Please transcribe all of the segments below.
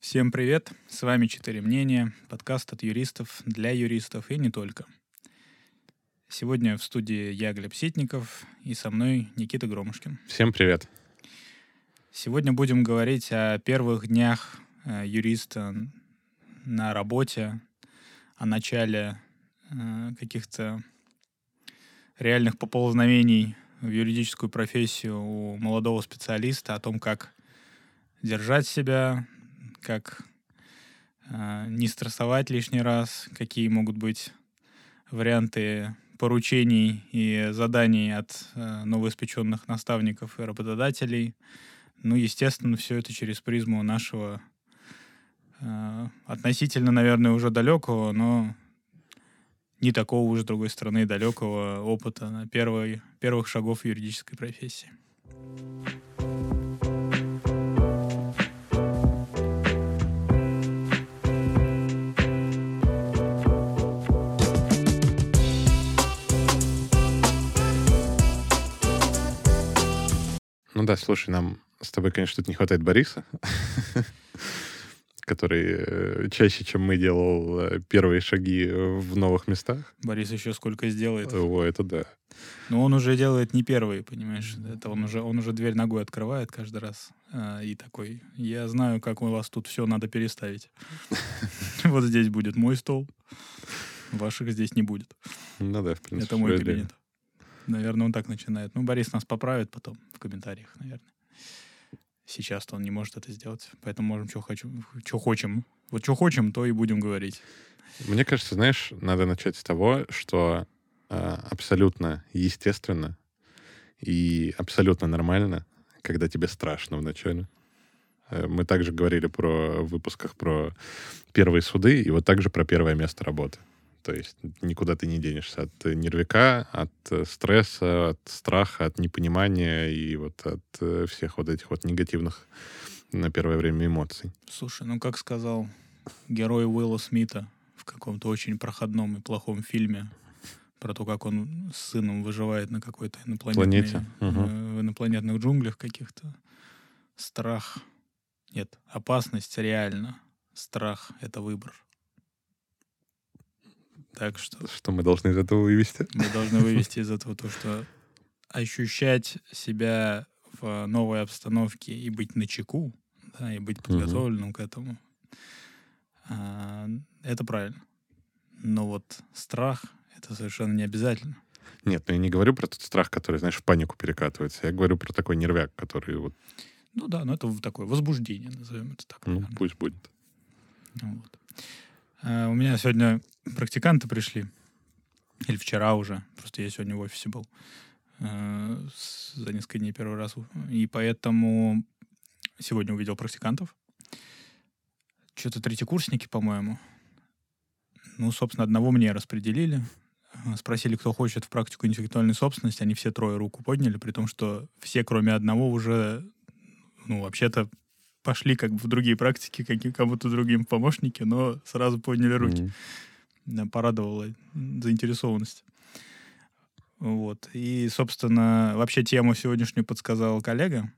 Всем привет! С вами «Четыре мнения», подкаст от юристов для юристов и не только. Сегодня в студии я, Глеб Ситников, и со мной Никита Громушкин. Всем привет. Сегодня будем говорить о первых днях юриста на работе, о начале каких-то реальных поползновений в юридическую профессию у молодого специалиста, о том, как держать себя, как не стрессовать лишний раз, какие могут быть варианты поручений и заданий от новоиспеченных наставников и работодателей. Ну, естественно, все это через призму нашего относительно, наверное, уже далекого, но не такого уже, с другой стороны, далекого опыта на первых шагов юридической профессии. Ну да, слушай, нам с тобой, конечно, тут не хватает Бориса, который чаще, чем мы, делал первые шаги в новых местах. Борис еще сколько сделает. О, это да. Но он уже делает не первый, понимаешь? Это он уже дверь ногой открывает каждый раз. И такой: я знаю, как у вас тут все надо переставить. Вот здесь будет мой стол, ваших здесь не будет. Ну да, в принципе. Это мой кабинет. Наверное, он так начинает. Ну, Борис нас поправит потом в комментариях, наверное. Сейчас-то он не может это сделать. Поэтому можем, что хочем. Вот что хочем, то и будем говорить. Мне кажется, знаешь, надо начать с того, что абсолютно естественно и абсолютно нормально, когда тебе страшно вначале. Мы также говорили в выпусках про первые суды и вот также про первое место работы. То есть никуда ты не денешься от нервяка, от стресса, от страха, от непонимания и вот от всех вот этих вот негативных на первое время эмоций. Слушай, ну как сказал герой Уилла Смита в каком-то очень проходном и плохом фильме про то, как он с сыном выживает на какой-то Планете. в инопланетных джунглях каких-то. Страх. Нет, опасность реально. Страх — это выбор. Так что Что мы должны из этого вывести? мы должны вывести из этого то, что ощущать себя в новой обстановке и быть начеку, да, и быть подготовленным к этому, это правильно. Но вот страх — это совершенно не обязательно. Нет, ну я не говорю про тот страх, который, знаешь, в панику перекатывается. Я говорю про такой нервяк, который вот... Ну да, но это такое возбуждение, назовем это так. Ну, наверное. пусть будет. Вот. У меня сегодня практиканты пришли. Или вчера уже. Просто я сегодня в офисе был. За несколько дней первый раз. И поэтому сегодня увидел практикантов. Что-то третьекурсники, по-моему. Ну, собственно, одного мне распределили. Спросили, кто хочет в практику интеллектуальной собственности. Они все трое руку подняли, при том, что все, кроме одного, уже, ну, вообще-то пошли как бы в другие практики, кому-то другим помощники, но сразу подняли руки. Порадовала заинтересованность. Вот. И, собственно, вообще тему сегодняшнюю подсказал коллега,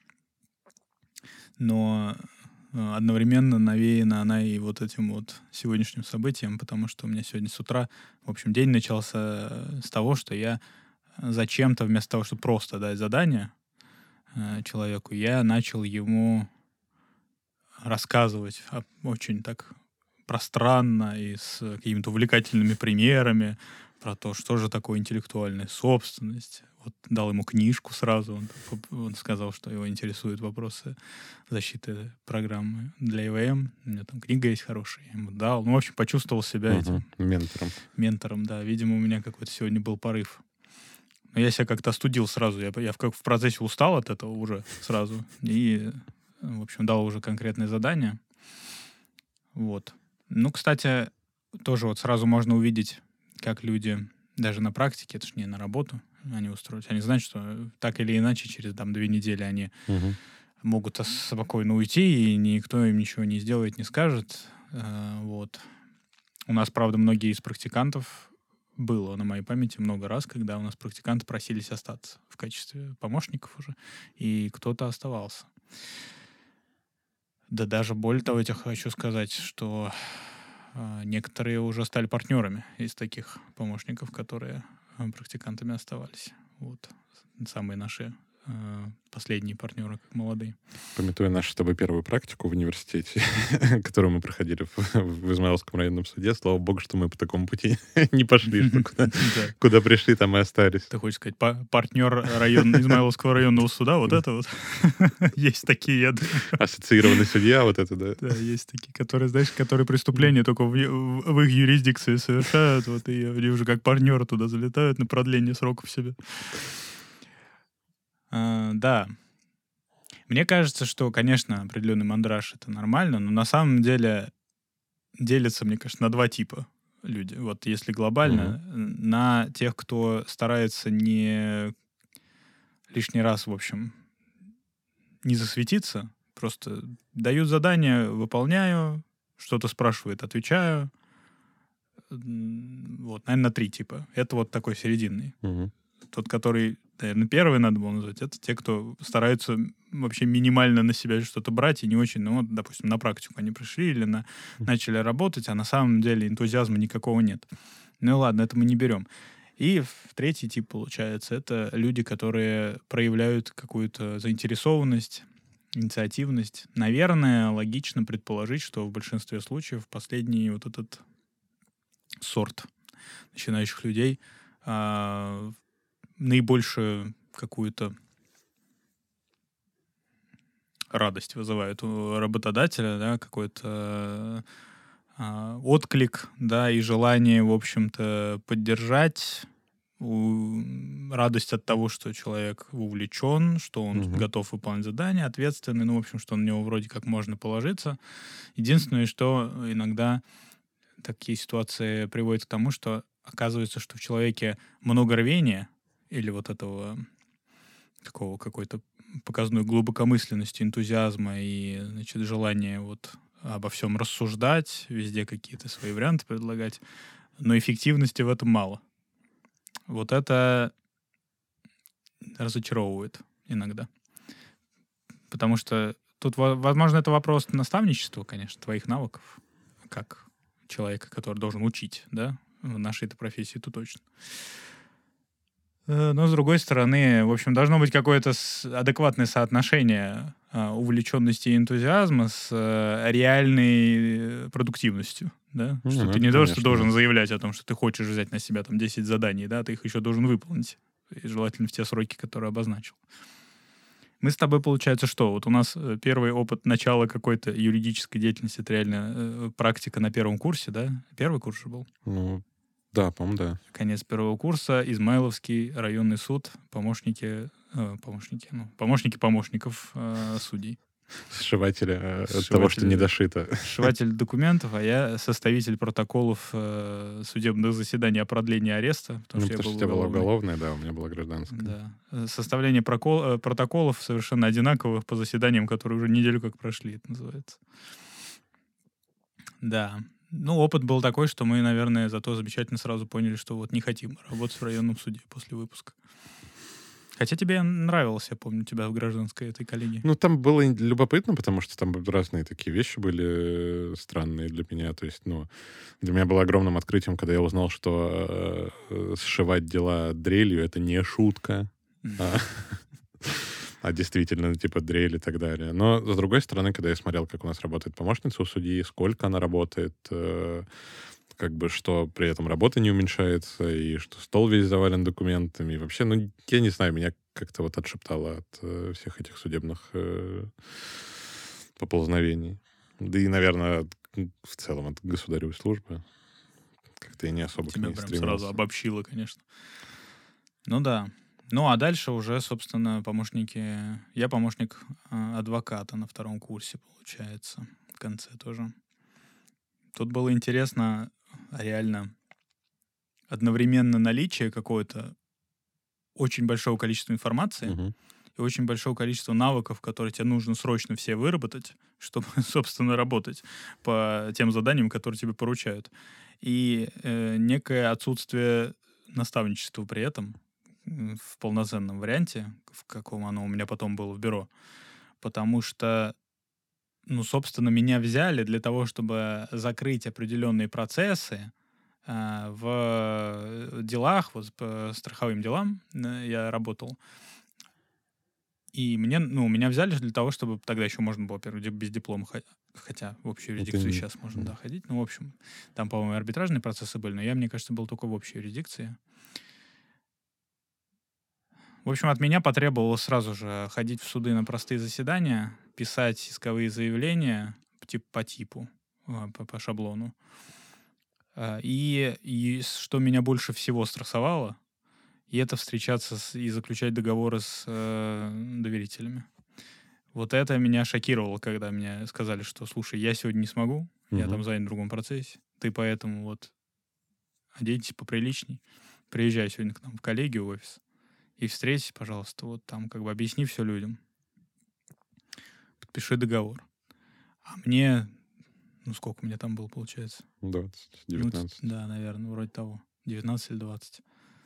но одновременно навеяна она и вот этим вот сегодняшним событием, потому что у меня сегодня с утра, в общем, день начался с того, что я зачем-то, вместо того, чтобы просто дать задание человеку, я начал ему рассказывать очень так пространно и с какими-то увлекательными примерами про то, что же такое интеллектуальная собственность. Вот дал ему книжку сразу. Он сказал, что его интересуют вопросы защиты программы для ИВМ. У меня там книга есть хорошая. Я ему дал. Ну, в общем, почувствовал себя этим ментором, да. Видимо, у меня какой-то сегодня был порыв. Но я себя как-то остудил сразу. Я в процессе устал от этого уже сразу. И, в общем, дал уже конкретное задание. Вот. Ну, кстати, тоже вот сразу можно увидеть, как люди даже на практике, это же не на работу, они устроились. Они знают, что так или иначе через 2 недели они могут спокойно уйти, и никто им ничего не сделает, не скажет. Вот. У нас, правда, многие из практикантов было на моей памяти много раз, когда у нас практиканты просились остаться в качестве помощников уже, и кто-то оставался. Да даже более того, я тебе хочу сказать, что некоторые уже стали партнерами из таких помощников, которые практикантами оставались. Вот. Самые наши последние партнеры, как молодые. Памятуя нашу с тобой первую практику в университете, которую мы проходили в Измайловском районном суде, слава богу, что мы по такому пути не пошли, что Да. куда пришли, там и остались. Ты хочешь сказать, партнер Измайловского районного суда, вот это вот? Есть такие, я думаю. Ассоциированный судья, вот это, да. Да, есть такие, которые, знаешь, которые преступления только в их юрисдикции совершают, вот, и они уже как партнеры туда залетают на продление сроков себе. Да. Мне кажется, что, конечно, определенный мандраж — это нормально, но на самом деле делятся, мне кажется, на два типа люди. Вот если глобально, на тех, кто старается не лишний раз, в общем, не засветиться, просто дают задание, выполняю, что-то спрашивает, отвечаю. Вот, наверное, три типа. Это вот такой серединный. Мгм. Тот, который, наверное, первый надо было назвать, это те, кто стараются вообще минимально на себя что-то брать и не очень, ну вот, допустим, на практику они пришли или начали работать, а на самом деле энтузиазма никакого нет. Ну и ладно, это мы не берем. И третий тип, получается, это люди, которые проявляют какую-то заинтересованность, инициативность. Наверное, логично предположить, что в большинстве случаев последний вот этот сорт начинающих людей наибольшую какую-то радость вызывает у работодателя, да, какой-то отклик, да, и желание, в общем-то, поддержать, радость от того, что человек увлечен, что он готов выполнять задания, ответственный, ну, в общем, что на него вроде как можно положиться. Единственное, что иногда такие ситуации приводят к тому, что оказывается, что в человеке много рвения или вот этого какой-то показной глубокомысленности, энтузиазма и, значит, желания вот обо всем рассуждать, везде какие-то свои варианты предлагать, но эффективности в этом мало. Вот это разочаровывает иногда. Потому что тут, возможно, это вопрос наставничества, конечно, твоих навыков, как человека, который должен учить, да, в нашей-то профессии, то точно. Но, с другой стороны, в общем, должно быть какое-то адекватное соотношение увлеченности и энтузиазма с реальной продуктивностью, да? Ну, Что ну, ты это не конечно, должен да. заявлять о том, что ты хочешь взять на себя там 10 заданий, да, ты их еще должен выполнить. И желательно в те сроки, которые обозначил. Мы с тобой, получается, что? Вот у нас первый опыт начала какой-то юридической деятельности, это реально практика на первом курсе, да? Первый курс же был? Ну, да, по-моему, да. Конец первого курса, Измайловский районный суд, помощники помощников судей. Сшивателя от того, что не дошито. Сшиватель документов, а я составитель протоколов судебных заседаний о продлении ареста. Потому что у тебя была уголовная, да, у меня была гражданская. Да. Составление протоколов совершенно одинаковых по заседаниям, которые уже неделю как прошли, это называется. Да. Ну, опыт был такой, что мы, наверное, зато замечательно сразу поняли, что вот не хотим работать в районном суде после выпуска. Хотя тебе нравилось, я помню, тебя в гражданской этой коллегии. Ну, там было любопытно, потому что там разные такие вещи были странные для меня. То есть, ну, для меня было огромным открытием, когда я узнал, что сшивать дела дрелью — это не шутка, а действительно, типа, дрель и так далее. Но, с другой стороны, когда я смотрел, как у нас работает помощница у судьи, сколько она работает, как бы, что при этом работа не уменьшается, и что стол весь завален документами. И вообще, ну, я не знаю, меня как-то вот отшептало от всех этих судебных поползновений. Да и, наверное, в целом от государевой службы. Как-то я не особо Тебя к ней прям стремился. сразу обобщило, конечно. Ну да. Ну, а дальше уже, собственно, Я помощник адвоката на втором курсе, получается. В конце тоже. Тут было интересно реально одновременно наличие какого-то очень большого количества информации и очень большого количества навыков, которые тебе нужно срочно все выработать, чтобы, собственно, работать по тем заданиям, которые тебе поручают. И некое отсутствие наставничества при этом в полноценном варианте, в каком оно у меня потом было в бюро. Потому что собственно, меня взяли для того, чтобы закрыть определенные процессы в делах, вот по страховым делам я работал. И меня взяли для того, чтобы тогда еще можно было, во-первых, без диплома, хотя в общую Это юрисдикцию сейчас можно, да, ходить. Ну, в общем, там, по-моему, арбитражные процессы были, но я, мне кажется, был только в общей юрисдикции. В общем, от меня потребовалось сразу же ходить в суды на простые заседания, писать исковые заявления по типу, по шаблону. И что меня больше всего стрессовало, и это встречаться и заключать договоры с доверителями. Вот это меня шокировало, когда мне сказали, что, слушай, я сегодня не смогу, я там занят в другом процессе, ты поэтому вот оденься поприличней, приезжай сегодня к нам в коллегию, в офис, и встретись, пожалуйста, вот там как бы объясни все людям, подпиши договор. А мне, сколько мне там было, получается? 20, 19. Да, наверное, вроде того, 19 или 20.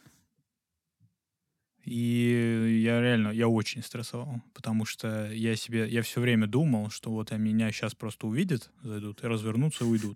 И я очень стрессовал, потому что я все время думал, что вот меня сейчас просто увидят, зайдут и развернутся и уйдут.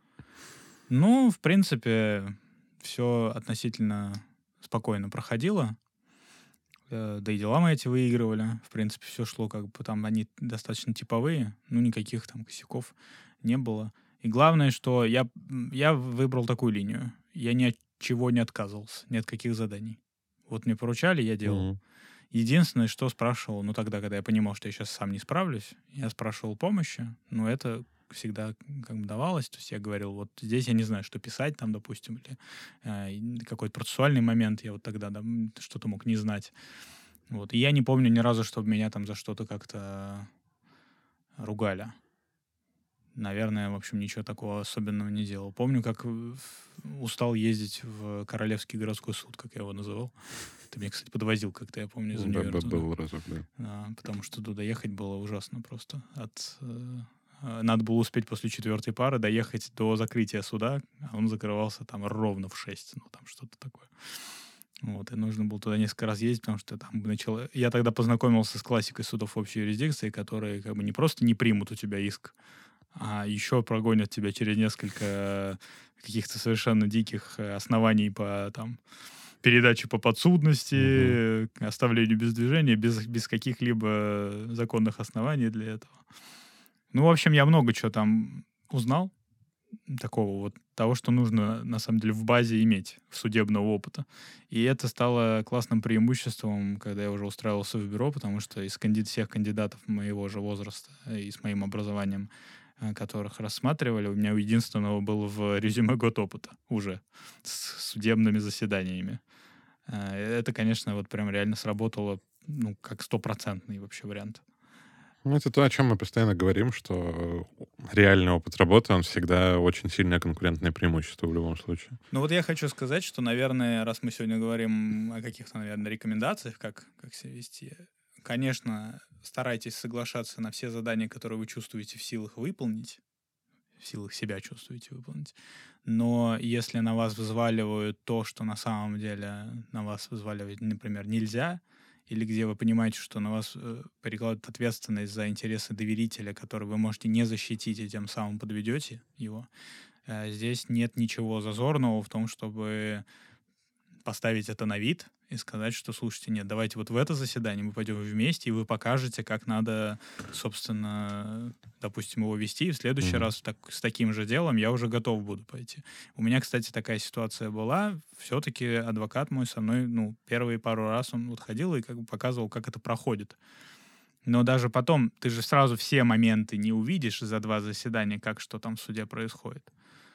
Ну, в принципе, все относительно спокойно проходило. Да и дела мы эти выигрывали. В принципе, все шло как бы там, они достаточно типовые, никаких там косяков не было. И главное, что я выбрал такую линию. Я ни от чего не отказывался, ни от каких заданий. Вот мне поручали, я делал. Единственное, что спрашивал, тогда, когда я понимал, что я сейчас сам не справлюсь, я спрашивал помощи, но это всегда как бы давалось. То есть я говорил, вот здесь я не знаю, что писать там, допустим, или какой-то процессуальный момент я вот тогда что-то мог не знать. Вот. И я не помню ни разу, чтобы меня там за что-то как-то ругали. Наверное, в общем, ничего такого особенного не делал. Помню, как устал ездить в Королевский городской суд, как я его называл. Ты меня, кстати, подвозил как-то, я помню, из универа. Был разок, да. Да, потому что туда ехать было ужасно просто. Надо было успеть после 4-й пары доехать до закрытия суда, а он закрывался там ровно в 6, там что-то такое. Вот, и нужно было туда несколько раз ездить, потому что там я тогда познакомился с классикой судов общей юрисдикции, которые как бы не просто не примут у тебя иск, а еще прогонят тебя через несколько каких-то совершенно диких оснований по там передаче по подсудности, оставлению без движения, без каких-либо законных оснований для этого. В общем, я много чего там узнал, такого вот, того, что нужно, на самом деле, в базе иметь судебного опыта. И это стало классным преимуществом, когда я уже устраивался в бюро, потому что из всех кандидатов моего же возраста и с моим образованием, которых рассматривали, у меня у единственного был в резюме год опыта уже с судебными заседаниями. Это, конечно, вот прям реально сработало, как 100% вообще вариант. Это то, о чем мы постоянно говорим, что реальный опыт работы, он всегда очень сильное конкурентное преимущество в любом случае. Вот я хочу сказать, что, наверное, раз мы сегодня говорим о каких-то, наверное, рекомендациях, как себя вести, конечно, старайтесь соглашаться на все задания, которые вы чувствуете в силах выполнить, в силах себя чувствуете выполнить. Но если на вас взваливают то, что на самом деле на вас взваливать, например, нельзя, или где вы понимаете, что на вас перекладывают ответственность за интересы доверителя, который вы можете не защитить, и тем самым подведете его, здесь нет ничего зазорного в том, чтобы поставить это на вид и сказать, что, слушайте, нет, давайте вот в это заседание мы пойдем вместе, и вы покажете, как надо, собственно, допустим, его вести, и в следующий раз с таким же делом я уже готов буду пойти. У меня, кстати, такая ситуация была. Все-таки адвокат мой со мной, первые пару раз он вот ходил и как бы показывал, как это проходит. Но даже потом ты же сразу все моменты не увидишь за 2 заседания, как что там в суде происходит.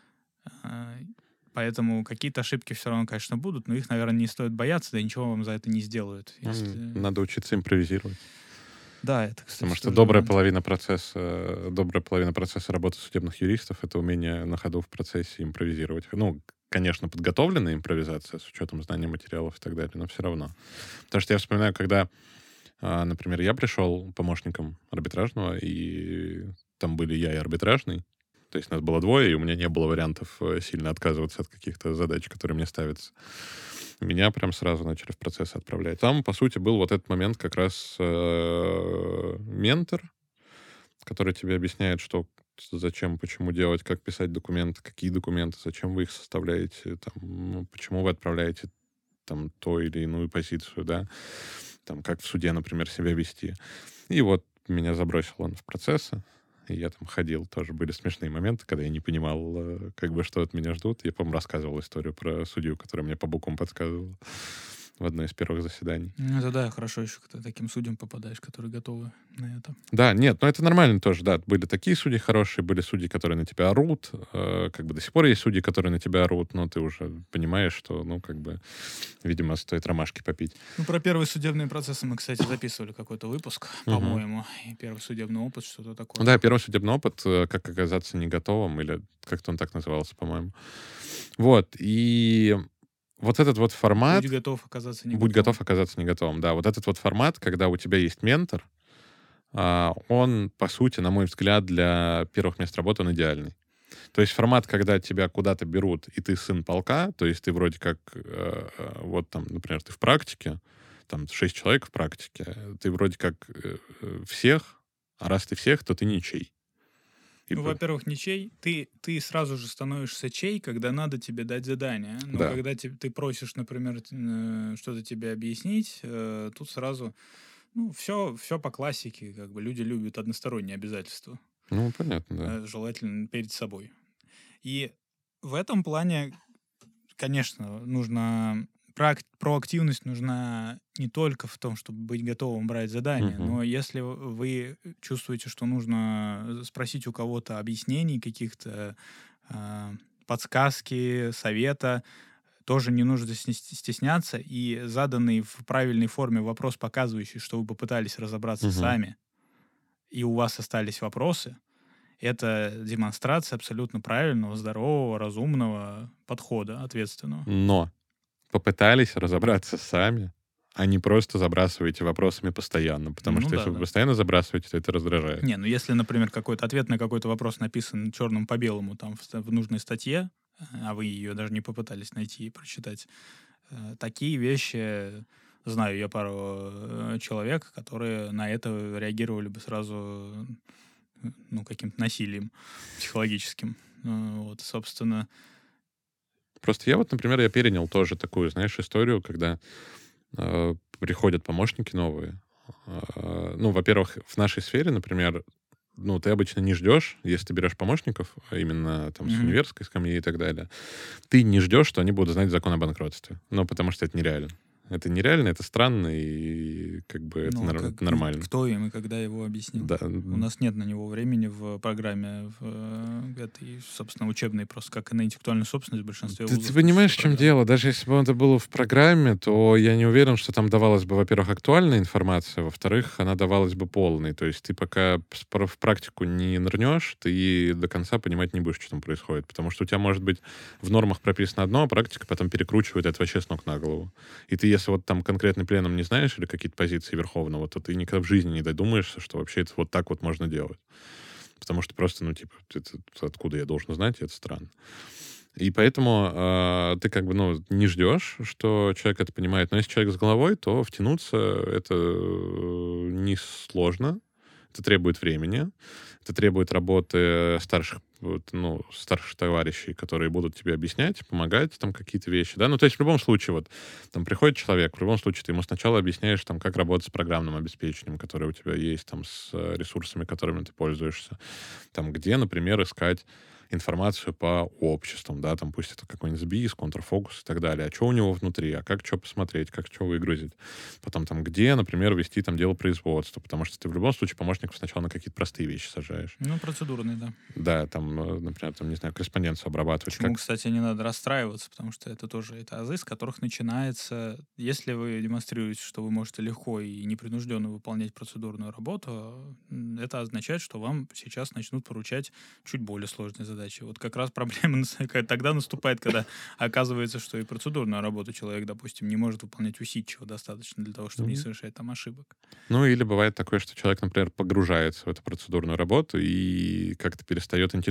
Поэтому какие-то ошибки все равно, конечно, будут, но их, наверное, не стоит бояться, да ничего вам за это не сделают. Надо учиться импровизировать. Да, это, кстати, потому что добрая половина процесса работы судебных юристов — это умение на ходу в процессе импровизировать. Конечно, подготовленная импровизация с учетом знаний материалов и так далее, но все равно. Потому что я вспоминаю, когда, например, я пришел помощником арбитражного, и там были я и арбитражный. То есть нас было 2, и у меня не было вариантов сильно отказываться от каких-то задач, которые мне ставятся. Меня прям сразу начали в процесс отправлять. Там, по сути, был вот этот момент как раз ментор, который тебе объясняет, что зачем, почему делать, как писать документы, какие документы, зачем вы их составляете, там, ну, почему вы отправляете там то или иную позицию, да, там, как в суде, например, себя вести. И вот меня забросил он в процессы, и я там ходил, тоже были смешные моменты, когда я не понимал, как бы, что от меня ждут. Я, по-моему, рассказывал историю про судью, который мне по буквам подсказывал в одно из первых заседаний. Ну, это да, хорошо еще, когда таким судьям попадаешь, которые готовы на это. Да, нет, но это нормально тоже, да. Были такие судьи хорошие, были судьи, которые на тебя орут. Как бы до сих пор есть судьи, которые на тебя орут, но ты уже понимаешь, что, ну, как бы, видимо, стоит ромашки попить. Ну, про первые судебные процессы мы, кстати, записывали какой-то выпуск, Мгм. по-моему. И первый судебный опыт, что-то такое. Да, первый судебный опыт, как оказаться не готовым, или как-то он так назывался, по-моему. Вот, и вот этот вот формат... Будь готов оказаться не Будь готовым. готов оказаться не готовым, да. Вот этот вот формат, когда у тебя есть ментор, он, по сути, на мой взгляд, для первых мест работы он идеальный. То есть формат, когда тебя куда-то берут, и ты сын полка, то есть ты вроде как, вот там, например, ты в практике, там 6 человек в практике, ты вроде как всех, а раз ты всех, то ты ничей. И Ну, во-первых, не чей. Ты сразу же становишься чей, когда надо тебе дать задание. Но Да. когда ты просишь, например, что-то тебе объяснить, тут сразу, ну, все по классике. Как бы люди любят односторонние обязательства. Ну, понятно, да. Желательно перед собой. И в этом плане, конечно, нужно... Проактивность нужна не только в том, чтобы быть готовым брать задания, Мгм. но если вы чувствуете, что нужно спросить у кого-то объяснений, каких-то подсказки, совета, тоже не нужно стесняться, и заданный в правильной форме вопрос, показывающий, что вы попытались разобраться Мгм. сами, и у вас остались вопросы, это демонстрация абсолютно правильного, здорового, разумного подхода, ответственного. Но попытались разобраться сами, а не просто забрасываете вопросами постоянно. Потому Ну что да, если вы да. постоянно забрасываете, то это раздражает. Не, ну если, например, какой-то ответ на какой-то вопрос написан черным по белому там в нужной статье, а вы ее даже не попытались найти и прочитать, такие вещи, знаю я пару человек, которые на это реагировали бы сразу, ну, каким-то насилием психологическим. Вот, собственно, Просто я вот, например, я перенял тоже такую, знаешь, историю, когда приходят помощники новые. Ну, во-первых, в нашей сфере, например, ну, ты обычно не ждешь, если ты берешь помощников, а именно там с мгм. универской скамьи и так далее, ты не ждешь, что они будут знать закон о банкротстве. Ну, потому что это нереально. Это нереально, это странно, и как бы это, Ну, это нормально. кто им и когда его объяснил? Да. У нас нет на него времени в программе, в этой, собственно, учебной, просто как и на интеллектуальную собственность в большинстве Ты вузов. понимаешь, в есть чем программа. дело? Даже если бы это было в программе, то я не уверен, что там давалась бы, во-первых, актуальная информация, во-вторых, она давалась бы полной. То есть ты пока в практику не нырнешь, ты до конца понимать не будешь, что там происходит. Потому что у тебя, может быть, в нормах прописано одно, а практика потом перекручивает это вообще с ног на голову. И ты, если вот там конкретный пленум не знаешь или какие-то позиции Верховного, то ты никогда в жизни не додумаешься, что вообще это вот так вот можно делать. Потому что просто, ну, типа, это откуда я должен знать, и это странно. И поэтому ты как бы, ну, не ждешь, что человек это понимает. Но если человек с головой, то втянуться это несложно. Это требует времени. Это требует работы старших, ну, старших товарищей, которые будут тебе объяснять, помогать там какие-то вещи, да. Ну, то есть в любом случае, вот, там приходит человек, в любом случае ты ему сначала объясняешь, там, как работать с программным обеспечением, которое у тебя есть, там, с ресурсами, которыми ты пользуешься. Там, где, например, искать информацию по обществам, да, там пусть это какой-нибудь сбис, контрфокус и так далее. А что у него внутри, а как что посмотреть, как что выгрузить. Потом там где, например, вести там дело производства, потому что ты в любом случае помощников сначала на какие-то простые вещи сажаешь. Ну, процедурный, да. Да, там, например, там, не знаю, корреспонденцию обрабатывать. Почему, Как... кстати, не надо расстраиваться, потому что это тоже это азы, с которых начинается... Если вы демонстрируете, что вы можете легко и непринужденно выполнять процедурную работу, это означает, что вам сейчас начнут поручать чуть более сложные задачи. Вот как раз проблема тогда наступает, когда оказывается, что и процедурную работу человек, допустим, не может выполнять усидчиво достаточно для того, чтобы не совершать там ошибок. Ну, или бывает такое, что человек, например, погружается в эту процедурную работу и как-то перестает интересоваться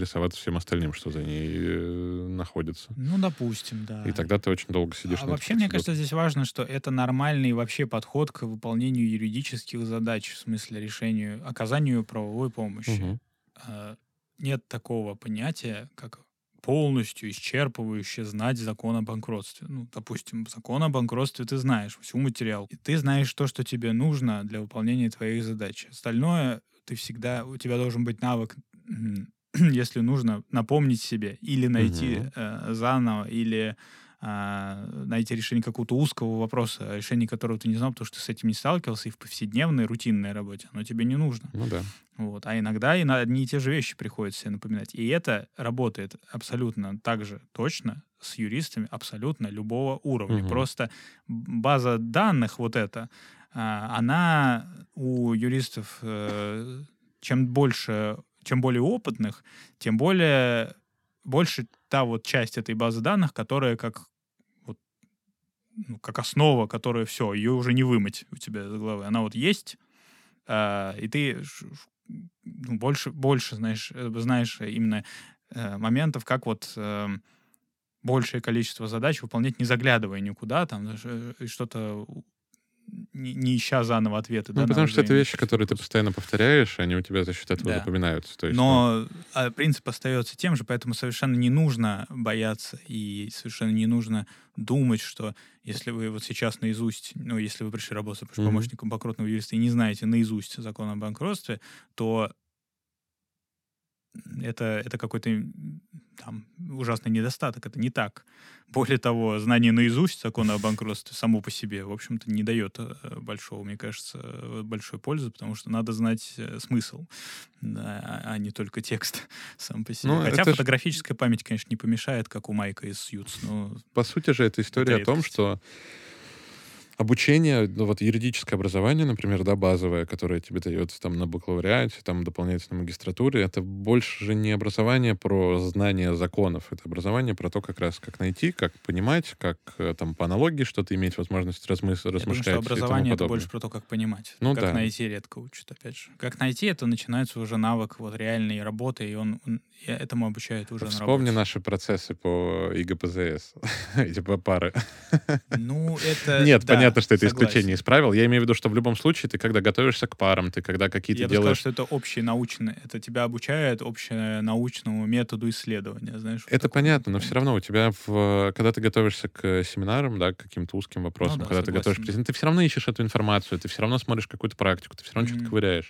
интересоваться всем остальным, что за ней находится. Ну, допустим, да. И тогда ты очень долго сидишь А на вообще, мне кажется, здесь важно, что это нормальный вообще подход к выполнению юридических задач, в смысле решению, оказанию правовой помощи. Мгм. Нет такого понятия, как полностью исчерпывающе знать закон о банкротстве. Ну, допустим, закон о банкротстве ты знаешь, всю материал. И ты знаешь то, что тебе нужно для выполнения твоих задач. Остальное у тебя должен быть навык, если нужно, напомнить себе или найти Мгм. заново, или найти решение какого-то узкого вопроса, решение которого ты не знал, потому что ты с этим не сталкивался, и в повседневной, рутинной работе оно тебе не нужно. Ну да. Вот. А иногда и на одни и те же вещи приходится себе напоминать. И это работает абсолютно так же точно с юристами абсолютно любого уровня. Мгм. Просто база данных вот эта, она у юристов, чем более опытных, тем больше та вот часть этой базы данных, которая вот, как основа, которая все, ее уже не вымыть у тебя из головы. Она вот есть, и ты больше знаешь именно моментов, как вот большее количество задач выполнять, не заглядывая никуда, там, и что-то не ища заново ответы, Ну, да, на потому что это возникающие вещи, которые ты вопросы. постоянно повторяешь, и они у тебя за счет этого Да. запоминаются. То есть, ну, Но принцип остается тем же, поэтому совершенно не нужно бояться и совершенно не нужно думать, что если вы вот сейчас наизусть, ну, если вы пришли работать мгм. помощником банкротного юриста и не знаете наизусть закон о банкротстве, то это какой-то там ужасный недостаток. Это не так. Более того, знание наизусть закона о банкротстве само по себе, в общем-то, не дает большого, мне кажется, большой пользы, потому что надо знать смысл, да, а не только текст сам по себе. Ну, Хотя это ж, фотографическая память, конечно, не помешает, как у Майка из Сьюз, но по сути же, это это история о том, редкость. что обучение, ну, вот юридическое образование, например, да, базовое, которое тебе дается там на бакалавриате, там дополнительно на магистратуре, это больше же не образование про знание законов, это образование про то, как раз как найти, как понимать, как там по аналогии что-то иметь возможность Я думаю, что размышлять и тому образование — это больше подобное. про то, как понимать. Ну Как да. найти редко учат, опять же. Как найти — это начинается уже навык вот реальной работы, и и этому обучают уже на Вспомни работе. наши процессы по ИГПЗС, эти пары. Ну, это Нет, понятно, да, что это исключение из согласен. правил. Я имею в виду, что в любом случае ты, когда готовишься к парам, ты когда какие-то Я бы сказал, делаешь... что это общенаучное. Это тебя обучает общенаучному методу исследования, знаешь, вот Это такому понятно, но все какому-то. равно у тебя, когда ты готовишься к семинарам, да, к каким-то узким Ну вопросам, да, когда ты готовишь согласен. презентацию, ты все равно ищешь эту информацию, ты все равно смотришь какую-то практику, ты все равно что-то Мгм. ковыряешь.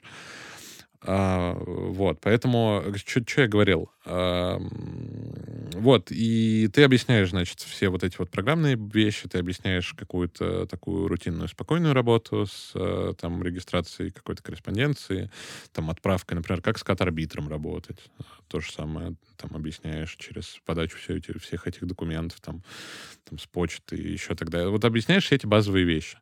Вот, поэтому, что я говорил? Вот, и ты объясняешь, значит, все вот эти вот программные вещи, ты объясняешь какую-то такую рутинную, спокойную работу с там регистрацией какой-то корреспонденции, там отправкой, например, как с кат-арбитром работать. То же самое там объясняешь через подачу всех этих документов там с почты и еще тогда. Вот объясняешь все эти базовые вещи.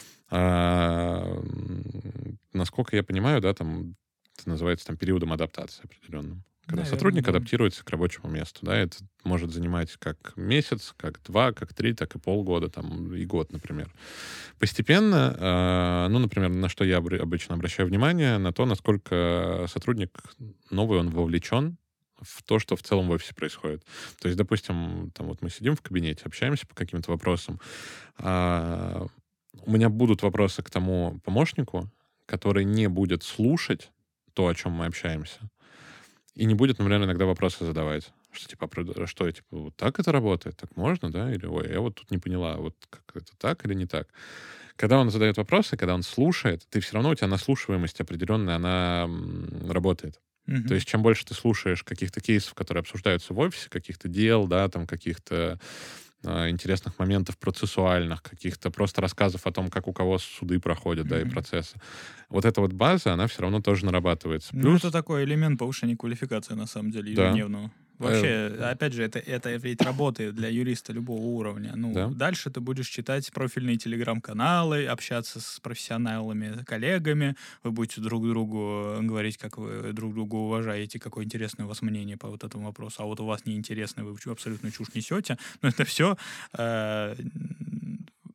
Насколько я понимаю, да, там это называется там периодом адаптации определенным. Когда Наверное, сотрудник да. адаптируется к рабочему месту, да, это может занимать как месяц, как 2, как 3, так и полгода, там, и год, например. Постепенно, ну, например, на что я обычно обращаю внимание, на то, насколько сотрудник новый, он вовлечен в то, что в целом в офисе происходит. То есть, допустим, там вот мы сидим в кабинете, общаемся по каким-то вопросам, а, у меня будут вопросы к тому помощнику, который не будет слушать то, о чем мы общаемся, и не будет, например, иногда вопросы задавать. Что типа, что, типа, вот так это работает? Так можно, да? Или, ой, я вот тут не поняла, вот как это так или не так? Когда он задает вопросы, когда он слушает, ты все равно, у тебя наслушиваемость определенная, она работает. То Мгм. есть чем больше ты слушаешь каких-то кейсов, которые обсуждаются в офисе, каких-то дел, да, там каких-то интересных моментов процессуальных, каких-то просто рассказов о том, как у кого суды проходят, да, и Мгм. процессы. Вот эта вот база, она все равно тоже нарабатывается. Ну, это Плюс, такой элемент повышения квалификации, на самом деле, да, ежедневного. э, Вообще, опять же, это ведь работает для юриста любого уровня. Ну, да, дальше ты будешь читать профильные телеграм-каналы, общаться с профессионалами, коллегами, вы будете друг другу говорить, как вы друг друга уважаете, какое интересное у вас мнение по вот этому вопросу, а вот у вас неинтересное, вы абсолютно чушь несете. Но это все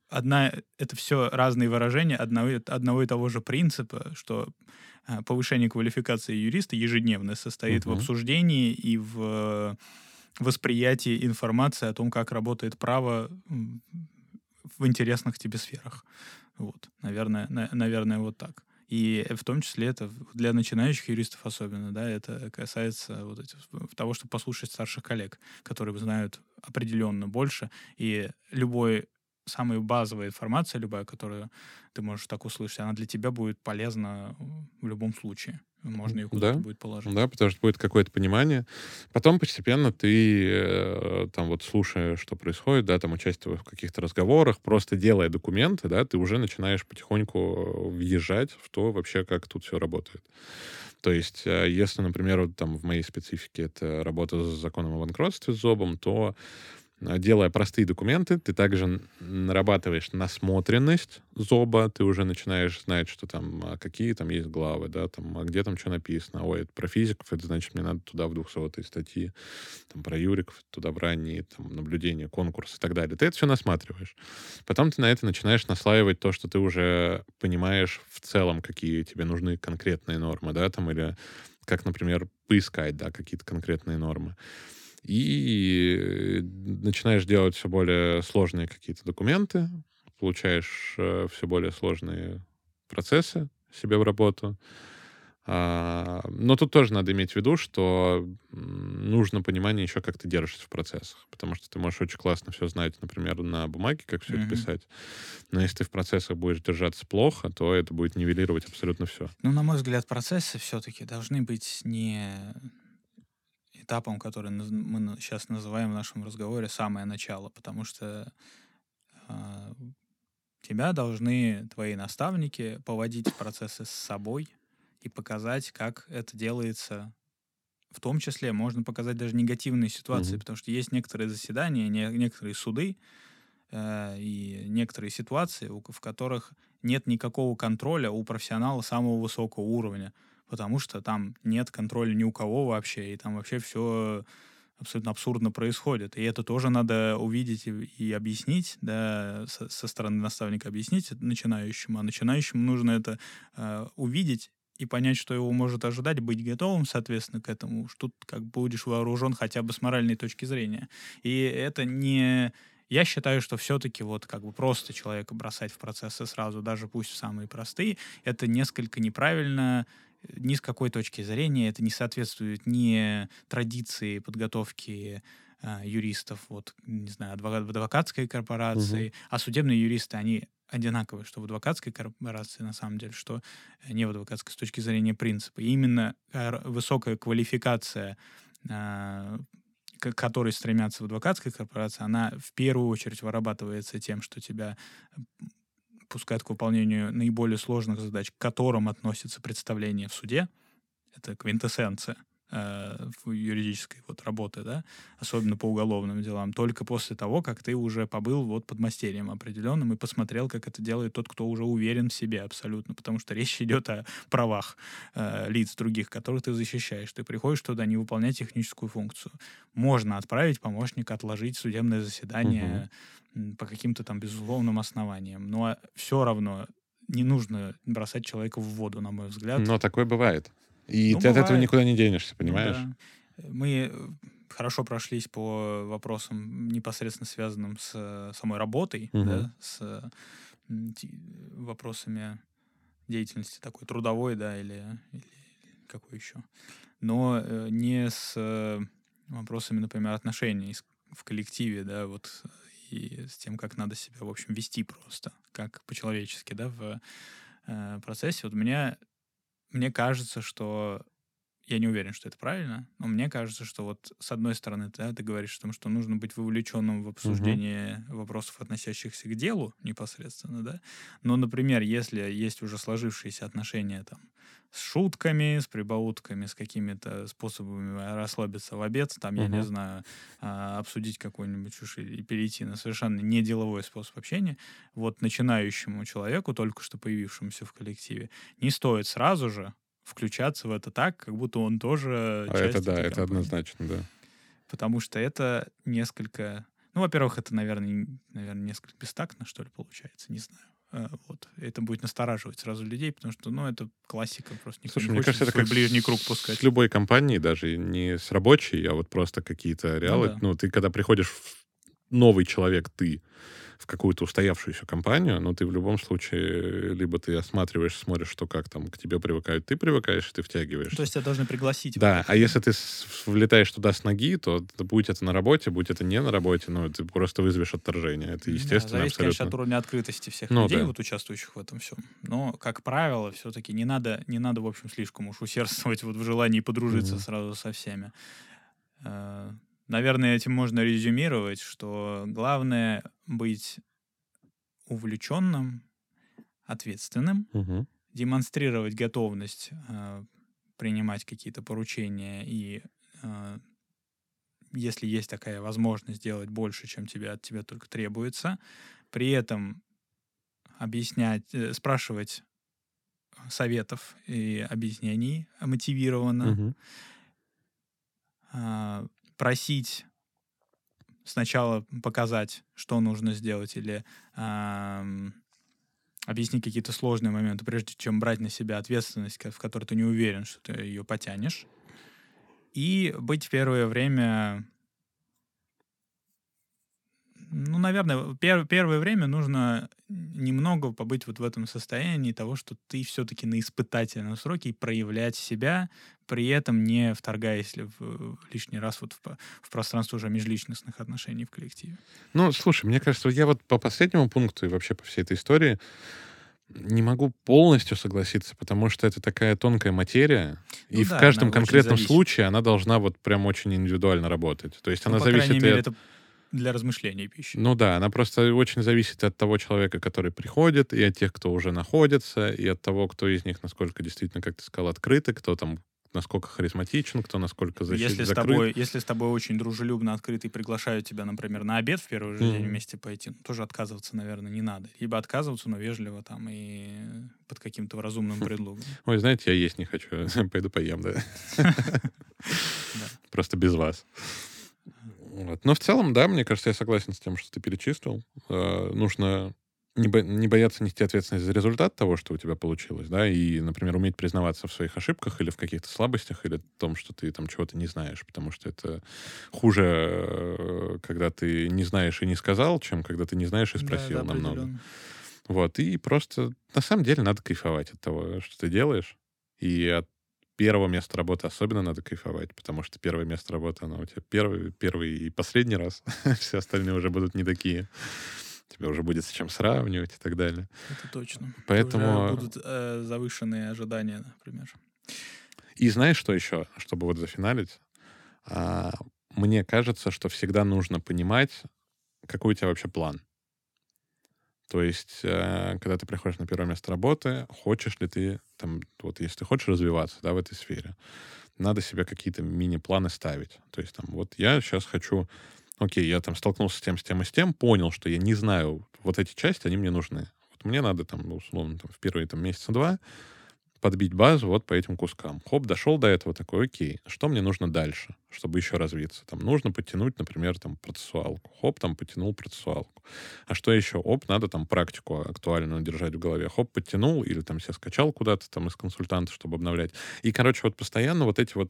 это все разные выражения одного и того же принципа, что повышение квалификации юриста ежедневно состоит в Мгм. обсуждении и в восприятии информации о том, как работает право в интересных тебе сферах. Вот, наверное, вот так. И в том числе это для начинающих юристов особенно, да, это касается вот того, чтобы послушать старших коллег, которые знают определенно больше, и самая базовая информация, любая, которую ты можешь так услышать, она для тебя будет полезна в любом случае. Можно ее куда-то Да, будет положить. да, потому что будет какое-то понимание. Потом постепенно ты там вот слушая, что происходит, да, там участвуя в каких-то разговорах, просто делая документы, да, ты уже начинаешь потихоньку въезжать в то вообще, как тут все работает. То есть, если, например, вот там в моей специфике это работа с законом о банкротстве с ЗОБом, то делая простые документы, ты также нарабатываешь насмотренность ЗОБа, ты уже начинаешь знать, что там, какие там есть главы, да, там, а где там что написано. Ой, это про физиков, это значит, мне надо туда в 200-й статьи, там, про юриков, туда в ранние, там, наблюдения, конкурсы и так далее. Ты это все насматриваешь. Потом ты на это начинаешь наслаивать то, что ты уже понимаешь в целом, какие тебе нужны конкретные нормы, да, там, или как, например, поискать, да, какие-то конкретные нормы. И начинаешь делать все более сложные какие-то документы, получаешь все более сложные процессы себе в работу. Но тут тоже надо иметь в виду, что нужно понимание еще, как ты держишься в процессах. Потому что ты можешь очень классно все знать, например, на бумаге, как все это Мгм. писать. Но если ты в процессах будешь держаться плохо, то это будет нивелировать абсолютно все. Ну, на мой взгляд, процессы все-таки должны быть не этапом, который мы сейчас называем в нашем разговоре самое начало, потому что а, тебя должны твои наставники поводить в процессы с собой и показать, как это делается. В том числе можно показать даже негативные ситуации, потому что есть некоторые заседания, некоторые суды и некоторые ситуации, в которых нет никакого контроля у профессионала самого высокого уровня, потому что там нет контроля ни у кого вообще, и там вообще все абсолютно абсурдно происходит. И это тоже надо увидеть и объяснить, да, со стороны наставника объяснить это начинающему. А начинающему нужно это увидеть и понять, что его может ожидать, быть готовым, соответственно, к этому, что тут как будешь вооружен хотя бы с моральной точки зрения. И это не... Я считаю, что все-таки вот как бы просто человека бросать в процессы сразу, даже пусть в самые простые, это несколько неправильно, ни с какой точки зрения это не соответствует ни традиции подготовки юристов, вот, не знаю, в адвокатской Мгм. корпорации, а судебные юристы, они одинаковые, что в адвокатской корпорации, на самом деле, что не в адвокатской с точки зрения принципа. И именно высокая квалификация, а, к которой стремятся в адвокатской корпорации, она в первую очередь вырабатывается тем, что тебя пускают к выполнению наиболее сложных задач, к которым относится представление в суде. Это квинтэссенция юридической вот работы, да, особенно по уголовным делам, только после того, как ты уже побыл вот подмастерьем определенным и посмотрел, как это делает тот, кто уже уверен в себе абсолютно, потому что речь идет о правах лиц других, которых ты защищаешь. Ты приходишь туда не выполнять техническую функцию. Можно отправить помощника, отложить судебное Мгм. заседание по каким-то там безусловным основаниям, но все равно не нужно бросать человека в воду, на мой взгляд. Но такое бывает. И Ну, ты от этого бывает. никуда не денешься, Ну понимаешь? да. Мы хорошо прошлись по вопросам, непосредственно связанным с самой работой, Мгм. да, с вопросами деятельности такой трудовой, да, или какой еще. Но не с вопросами, например, отношений в коллективе, да, вот и с тем, как надо себя, в общем, вести просто, как по-человечески, да, в процессе. Вот мне кажется, что я не уверен, что это правильно, но мне кажется, что вот с одной стороны, да, ты говоришь о том, что нужно быть вовлеченным в Мгм. обсуждение вопросов, относящихся к делу непосредственно, да. Но, например, если есть уже сложившиеся отношения там с шутками, с прибаутками, с какими-то способами расслабиться в обед, там, я не Мгм. знаю, обсудить какую-нибудь чушь и перейти на совершенно не деловой способ общения, вот начинающему человеку, только что появившемуся в коллективе, не стоит сразу же включаться в это так, как будто он тоже А это часть да, этой это компании. однозначно, да. Потому что это несколько... Ну, во-первых, это, наверное, несколько бестактно, что ли, получается, не знаю. Вот. Это будет настораживать сразу людей, потому что, ну, это классика, просто никто Слушай, не мне хочет кажется, в это свой как ближний круг с пускать. любой компанией, даже не с рабочей, а вот просто какие-то Ну реалы. да. Ну, ты когда приходишь новый человек, ты в какую-то устоявшуюся компанию, но ты в любом случае либо ты осматриваешь, смотришь, что как там к тебе привыкают, ты привыкаешь, и ты Ну, то втягиваешься. есть тебя должны пригласить в Да, это. а если ты влетаешь туда с ноги, то будь это на работе, будь это не на работе, ну, ты просто вызовешь отторжение. Это Да, естественно зависит, конечно, абсолютно. от уровня открытости всех Ну, людей, да. вот участвующих в этом всем. Но, как правило, все-таки не надо, в общем, слишком уж усердствовать вот в желании подружиться Мгм. сразу со всеми. Э, Наверное, этим можно резюмировать, что главное быть увлеченным, ответственным, Мгм. демонстрировать готовность принимать какие-то поручения и, э, если есть такая возможность, делать больше, чем от тебя только требуется. При этом спрашивать советов и объяснений мотивированно, Мгм. просить сначала показать, что нужно сделать, или ам, объяснить какие-то сложные моменты, прежде чем брать на себя ответственность, в которой ты не уверен, что ты ее потянешь. И быть в первое время, ну, наверное, первое время нужно немного побыть вот в этом состоянии того, что ты все-таки на испытательном сроке, и проявлять себя, при этом не вторгаясь лишний раз вот в пространство уже межличностных отношений в коллективе. Ну, слушай, мне кажется, я вот по последнему пункту и вообще по всей этой истории не могу полностью согласиться, потому что это такая тонкая материя, Ну и в да, она каждом очень конкретном зависит. случае она должна вот прям очень индивидуально работать. То есть Ну, она по крайней зависит и мере, от... это для размышления пища. Ну да, она просто очень зависит от того человека, который приходит, и от тех, кто уже находится, и от того, кто из них насколько действительно, как ты сказал, открытый, кто там насколько харизматичен, кто насколько закрыт. Если с тобой очень дружелюбно, открыто и приглашают тебя, например, на обед в первый же день Мгм. вместе пойти, ну, тоже отказываться, наверное, не надо. Либо отказываться, но вежливо там и под каким-то разумным предлогом. Ой, знаете, я есть не хочу, пойду поем, да. Да. Просто без вас. Вот. Но в целом, да, мне кажется, я согласен с тем, что ты перечислил. Нужно не бояться нести ответственность за результат того, что у тебя получилось, да, и, например, уметь признаваться в своих ошибках или в каких-то слабостях, или в том, что ты там чего-то не знаешь, потому что это хуже, когда ты не знаешь и не сказал, чем когда ты не знаешь и Да, спросил это намного. определенно. Вот, и просто на самом деле надо кайфовать от того, что ты делаешь, и от первого места работы особенно надо кайфовать, потому что первое место работы, оно у тебя первый и последний раз. Все остальные уже будут не такие. Тебе уже будет с чем сравнивать и так далее. Это точно. Уже Поэтому... будут завышенные ожидания, например. И знаешь, что еще? Чтобы вот зафиналить. А, Мне кажется, что всегда нужно понимать, какой у тебя вообще план. То есть, когда ты приходишь на первое место работы, хочешь ли ты, там, вот если ты хочешь развиваться, да, в этой сфере, надо себе какие-то мини-планы ставить. То есть, там, вот я сейчас хочу, окей, я там столкнулся с тем, с тем и с тем, понял, что я не знаю, вот эти части, они мне нужны. Вот мне надо, там, ну, условно, там, в первые там, месяца 2 подбить базу вот по этим кускам. Хоп, дошел до этого, такой, окей, что мне нужно дальше, чтобы еще развиться? Там нужно подтянуть, например, там, процессуалку. Хоп, там, подтянул процессуалку. А что еще? Оп, надо там практику актуальную держать в голове. Хоп, подтянул, или там себе скачал куда-то там из консультанта, чтобы обновлять. И, короче, вот постоянно вот эти вот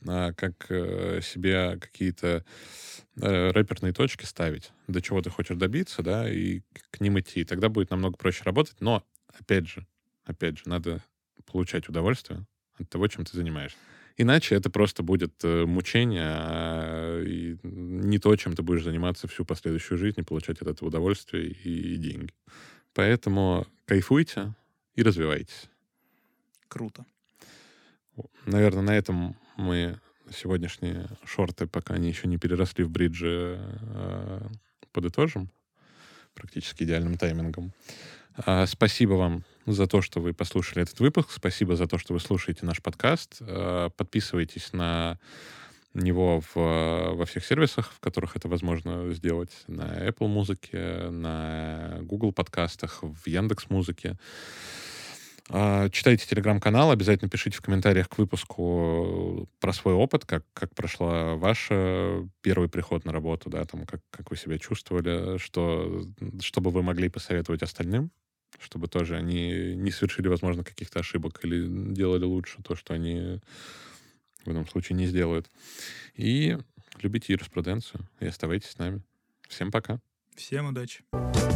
себе какие-то рэперные точки ставить, до чего ты хочешь добиться, да, и к ним идти. Тогда будет намного проще работать, но, опять же, надо получать удовольствие от того, чем ты занимаешься. Иначе это просто будет мучение, и не то, чем ты будешь заниматься всю последующую жизнь и получать от этого удовольствие и деньги. Поэтому кайфуйте и развивайтесь. Круто. Наверное, на этом мы сегодняшние шорты, пока они еще не переросли в бриджи, подытожим практически идеальным таймингом. Спасибо вам за то, что вы послушали этот выпуск. Спасибо за то, что вы слушаете наш подкаст. Подписывайтесь на него во всех сервисах, в которых это возможно сделать. На Apple музыке, на Google подкастах, в Яндекс музыке. Читайте телеграм-канал, обязательно пишите в комментариях к выпуску про свой опыт, как прошла ваш первый приход на работу, да, там, как вы себя чувствовали, чтобы вы могли посоветовать остальным, чтобы тоже они не совершили, возможно, каких-то ошибок или делали лучше то, что они в этом случае не сделают. И любите юриспруденцию и оставайтесь с нами. Всем пока. Всем удачи.